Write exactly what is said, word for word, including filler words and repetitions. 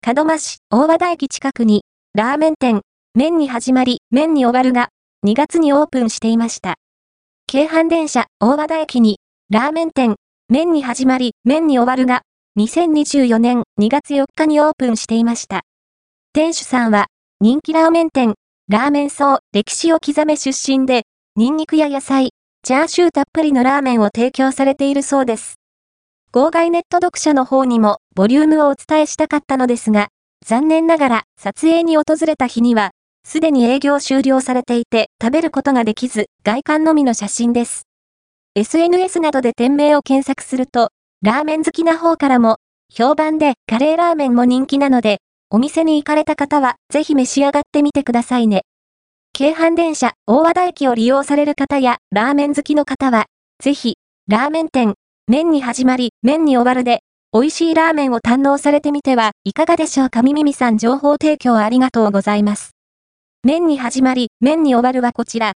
門真市大和田駅近くに、ラーメン店、麺に始まり、麺に終わるが、にがつにオープンしていました。京阪電車大和田駅に、ラーメン店、麺に始まり、麺に終わるが、にせんにじゅうよねんにがつよっかにオープンしていました。店主さんは、人気ラーメン店、ラーメン荘歴史を刻め出身で、ニンニクや野菜、チャーシューたっぷりのラーメンを提供されているそうです。号外ネット読者の方にもボリュームをお伝えしたかったのですが、残念ながら撮影に訪れた日には、すでに営業終了されていて食べることができず、外観のみの写真です。エスエヌエス などで店名を検索すると、ラーメン好きな方からも、評判でカレーラーメンも人気なので、お店に行かれた方はぜひ召し上がってみてくださいね。京阪電車大和田駅を利用される方やラーメン好きの方は、ぜひ、ラーメン店、麺に始まり、麺に終わるで、美味しいラーメンを堪能されてみてはいかがでしょうか。みみみさん情報提供ありがとうございます。麺に始まり、麺に終わるはこちら、